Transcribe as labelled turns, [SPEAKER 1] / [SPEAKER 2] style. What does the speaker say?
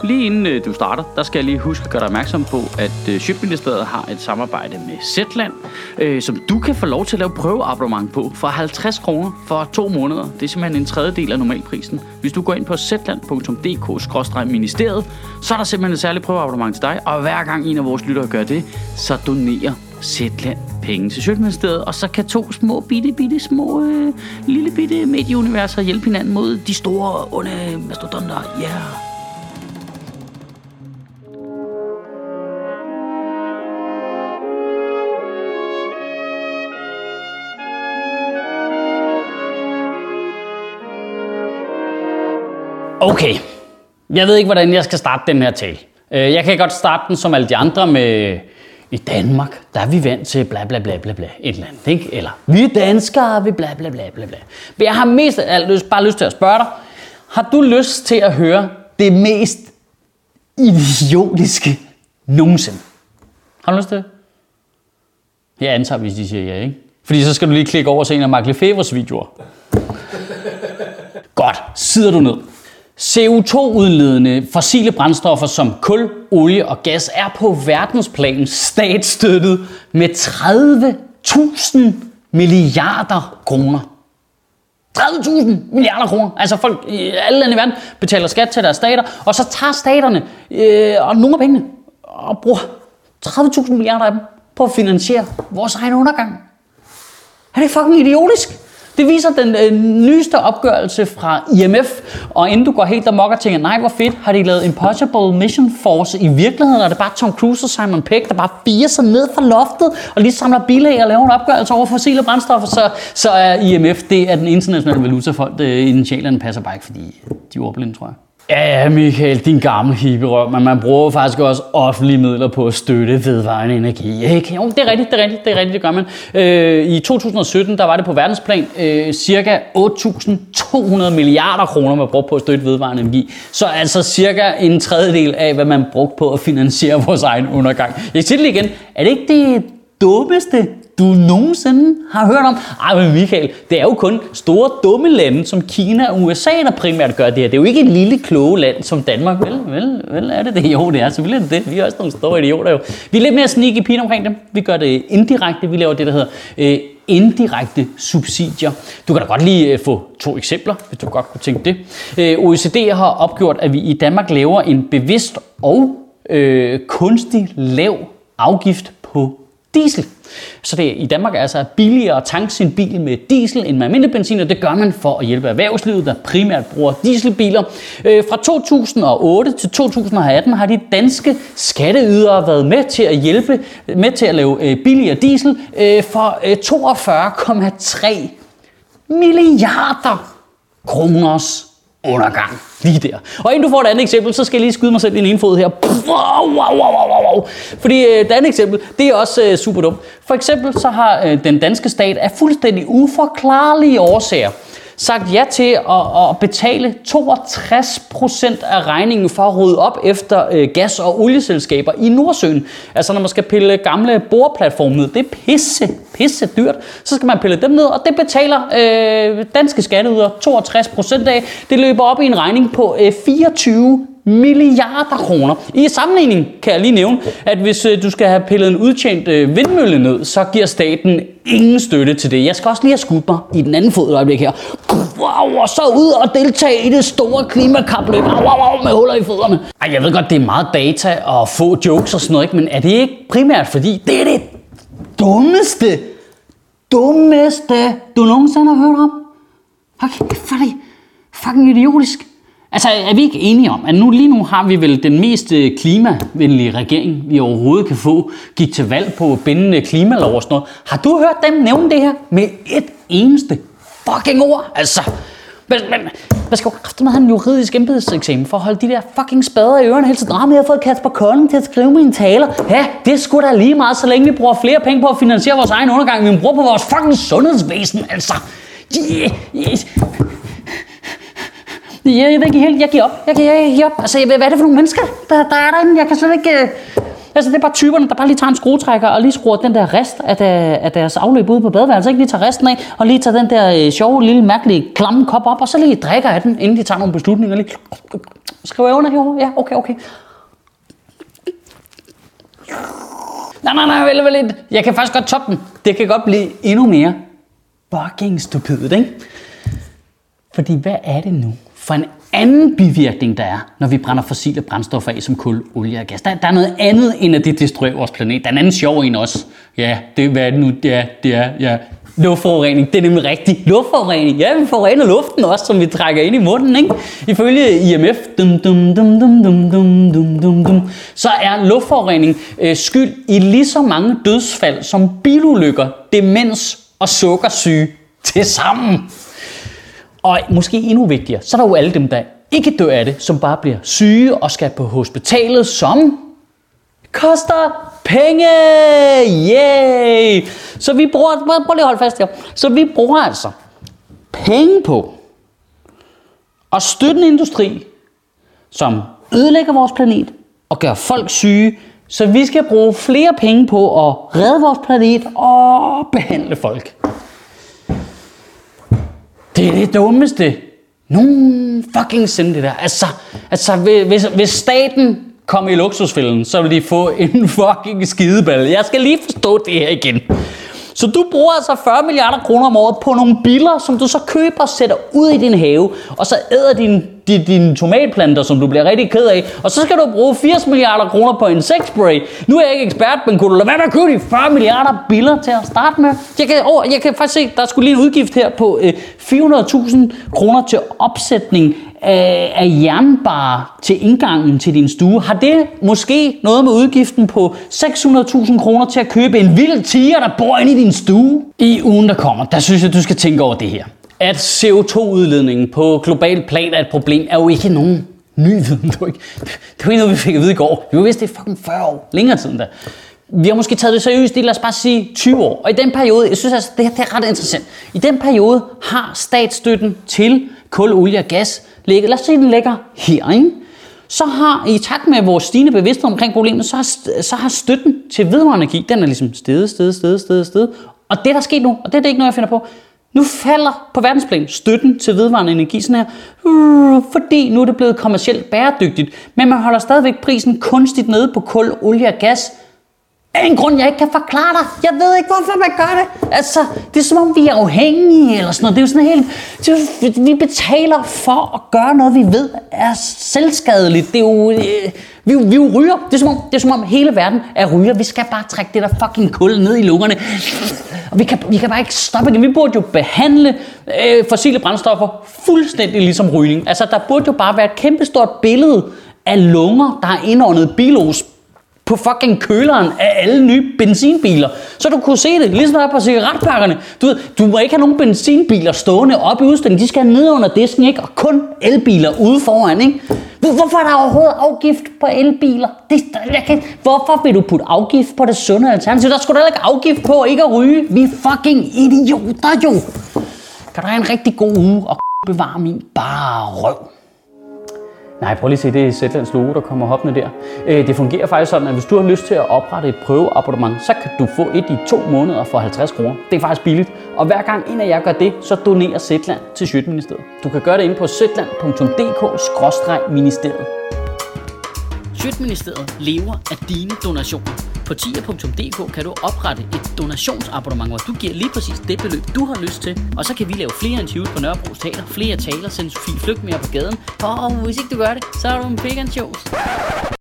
[SPEAKER 1] lige inden du starter, der skal jeg lige huske at gøre dig opmærksom på, at Sjøtministeriet har et samarbejde med Zetland, som du kan få lov til at lave prøveabonnement på for 50 kroner for 2 måneder. Det er simpelthen en tredjedel af normalprisen. Hvis du går ind på zetland.dk/ministeriet, så er der simpelthen et særligt prøveabonnement til dig, og hver gang en af vores lyttere gør det, så donerer Zetland penge til Sjøtministeriet, og så kan 2 små små lille bitte medieuniverser hjælpe hinanden mod de store onde mastodonter. Ja. Yeah. Okay, jeg ved ikke, hvordan jeg skal starte den her tale. Jeg kan godt starte den som alle de andre med... I Danmark, der er vi vant til bla bla bla bla bla, et eller andet, ikke? Eller vi danskere, vi bla bla bla bla bla. Men jeg har mest af alt bare lyst til at spørge dig, har du lyst til at høre det mest idiotiske nogensinde? Har du lyst til det? Jeg antager, hvis de siger ja, ikke? Fordi så skal du lige klikke over og se en af Mark Lefebvres videoer. Godt, sidder du ned. CO2-udledende fossile brændstoffer som kul, olie og gas er på verdensplan statsstøttet med 30.000 milliarder kroner. 30.000 milliarder kroner. Altså folk i alle lande i verden betaler skat til deres stater, og så tager staterne og nogle af pengene og bruger 30.000 milliarder af dem på at finansiere vores egen undergang. Er det fucking idiotisk? Det viser den nyeste opgørelse fra IMF, og inden du går helt amok og tænker, nej hvor fedt, har de lavet Impossible Mission Force i virkeligheden, og det er bare Tom Cruise og Simon Pegg, der bare firer sig ned fra loftet og lige samler bilag og laver en opgørelse over fossile brændstoffer, så er IMF, det er den internationale valutafond, initialerne passer bare ikke, fordi de er ordblinde, tror jeg. Ja, Michael, din gamle hippierøv, men man bruger faktisk også offentlige midler på at støtte vedvarende energi, ikke? Jo, det er rigtigt, det gør man. I 2017, der var det på verdensplan cirka 8.200 milliarder kroner, man brugte på at støtte vedvarende energi. Så altså cirka en tredjedel af, hvad man brugte på at finansiere vores egen undergang. Jeg siger det igen, er det ikke det dummeste, du nogensinde har hørt om? Ej, men Michael, det er jo kun store dumme lande som Kina og USA, der primært gør det her. Det er jo ikke et lille kloge land som Danmark. Vel er det det? Jo, det er selvfølgelig det. Vi er også nogle store idioter jo. Vi er lidt mere sneaky pige omkring dem. Vi gør det indirekte. Vi laver det, der hedder indirekte subsidier. Du kan da godt lige få 2 eksempler, hvis du godt kunne tænke det. OECD har opgjort, at vi i Danmark laver en bevidst og kunstig lav afgift på diesel. Så det i Danmark er altså billigere at tanke sin bil med diesel end med almindelig benzin, og det gør man for at hjælpe erhvervslivet, der primært bruger dieselbiler. Fra 2008 til 2018 har de danske skatteydere været med til at hjælpe med til at lave billigere diesel for 42,3 milliarder kroners undergang. Lige der. Og inden du får et andet eksempel, så skal jeg lige skyde mig selv i en fod her. Wow. Fordi det andet eksempel, det er også super dumt. For eksempel så har den danske stat af fuldstændig uforklarlige årsager sagt ja til at betale 62% af regningen for at rydde op efter gas- og olieselskaber i Nordsøen. Altså når man skal pille gamle boreplatforme ned, det er pisse dyrt. Så skal man pille dem ned, og det betaler danske skatteydere 62% af. Det løber op i en regning på 24 milliarder kroner. I sammenligning kan jeg lige nævne, at hvis du skal have pillet en udtjent vindmølle ned, så giver staten ingen støtte til det. Jeg skal også lige have skudt mig i den anden fod et øjeblik her. Wow, og så ud og deltage i det store klimakapløb. Med huller i fødderne. Ej, jeg ved godt, det er meget data og få jokes og sådan noget, ikke? Men er det ikke primært fordi, det er det dummeste, du nogensinde har hørt om? Okay, fucking idiotisk. Altså, er vi ikke enige om, at lige nu har vi vel den mest klimavenlige regering, vi overhovedet kan få, gik til valg på bindende klimalov og sådan noget. Har du hørt dem nævne det her med et eneste fucking ord? Altså, hvad skal jo kræfte med at have en juridisk embedseksamen for at holde de der fucking spader i ørerne hele tiden? Jeg har fået Kasper Kolding til at skrive mine taler. Ja, det er sgu da lige meget, så længe vi bruger flere penge på at finansiere vores egen undergang, vi bruger på vores fucking sundhedsvæsen, altså. Jeg ved ikke helt, jeg giver op. Altså, hvad er det for nogle mennesker, der er derinde? Jeg kan slet ikke... Altså, det er bare typerne, der bare lige tager en skruetrækker og lige skruer den der rest af deres afløb ude på badeværelset. Ikke lige tager resten af, og lige tager den der sjove, lille, mærkelige, klamme kop op, og så lige drikker af den, inden de tager nogle beslutninger. Lige Skriver jeg under herovre? Ja, okay. Nej, vel lidt. Jeg kan faktisk godt toppe den. Det kan godt blive endnu mere fucking stupidt, ikke? Fordi hvad er det nu for en anden bivirkning, der er, når vi brænder fossile brændstoffer af som kul, olie og gas? Der er noget andet, end at det destruerer vores planet. Der er en anden sjov en også. Ja, hvad er det nu? Det er luftforurening. Det er nemlig rigtigt. Luftforurening. Ja, vi forurener luften også, som vi trækker ind i munden, ikke? Ifølge IMF, så er luftforurening skyld i lige så mange dødsfald som bilulykker, demens og sukkersyge til sammen. Og måske endnu vigtigere, så er der jo alle dem, der ikke dør af det, som bare bliver syge og skal på hospitalet, som koster penge! Yay! Så vi bruger, prøv lige at holde fast her. Så vi bruger altså penge på at støtte en industri, som ødelægger vores planet og gør folk syge, så vi skal bruge flere penge på at redde vores planet og behandle folk. Det er det dummeste fucking det der. Altså hvis staten kom i luksusfælden, så vil de få en fucking skideballe. Jeg skal lige forstå det her igen. Så du bruger altså 40 milliarder kroner om året på nogle biller, som du så køber og sætter ud i din have, og så æder dine tomatplanter, som du bliver rigtig ked af, og så skal du bruge 80 milliarder kroner på insektspray. Nu er jeg ikke ekspert, men kunne du lade være med at købe de 40 milliarder biller til at starte med? Jeg kan faktisk se, der skulle lige en udgift her på 400.000 kroner til opsætning af jernbar til indgangen til din stue. Har det måske noget med udgiften på 600.000 kroner til at købe en vild tiger, der bor inde i din stue? I ugen, der kommer, der synes jeg, du skal tænke over det her. At CO2-udledningen på global plan er et problem, er jo ikke nogen ny viden. Det var ikke noget, vi fik at vide i går. Vi vidste det i fucking 40 år. Længere tid end da. Vi har måske taget det seriøst i, lad os bare sige 20 år. Og i den periode, jeg synes altså, det er ret interessant. I den periode har statsstøtten til kul, olie og gas ligget. Lad os sige, den ligger her, ikke? Så har, i takt med vores stigende bevidsthed omkring problemet, så har støtten til vedvarende energi, den er ligesom steget. Og det, der er sket nu, og det er ikke noget, jeg finder på, nu falder på verdensplan støtten til vedvarende energi sådan her, fordi nu er det blevet kommercielt bæredygtigt, men man holder stadigvæk prisen kunstigt nede på kul, olie og gas. Af en grund, jeg ikke kan forklare dig. Jeg ved ikke, hvorfor man gør det. Altså, det er som om, vi er afhængige eller sådan noget. Det er jo sådan helt... Vi betaler for at gøre noget, vi ved er selvskadeligt. Det er jo... Vi er jo ryger. Det er som om hele verden er ryger. Vi skal bare trække det der fucking kul ned i lungerne. Og vi kan bare ikke stoppe det. Vi burde jo behandle fossile brændstoffer fuldstændig ligesom rygning. Altså, der burde jo bare være et kæmpestort billede af lunger, der har indåndet bilos på fucking køleren af alle nye benzinbiler. Så du kunne se det, ligesom der er på cigaretpakkerne. Du må ikke have nogen benzinbiler stående oppe i udstillingen. De skal ned under disken, ikke? Og kun elbiler ude foran, ikke? Hvorfor er der overhovedet afgift på elbiler? Hvorfor vil du putte afgift på det sunde alternativ? Der skulle da ikke afgift på ikke at ryge. Vi er fucking idioter, jo. Kan du have en rigtig god uge og bevare min bare røv? Nej, prøv lige at se, det er Zetlands logo, der kommer hoppende der. Det fungerer faktisk sådan, at hvis du har lyst til at oprette et prøveabonnement, så kan du få et i 2 måneder for 50 kroner. Det er faktisk billigt. Og hver gang en af jer gør det, så donerer Zetland til Sjøtministeriet. Du kan gøre det inde på zetland.dk/ministeriet. Sjøtministeriet lever af dine donationer. På tier.dk kan du oprette et donationsabonnement, hvor du giver lige præcis det beløb, du har lyst til. Og så kan vi lave flere interviews på Nørrebros Teater, flere taler, sende Sofie Flygt mere på gaden. Og hvis ikke du gør det, så er du en pig and shows.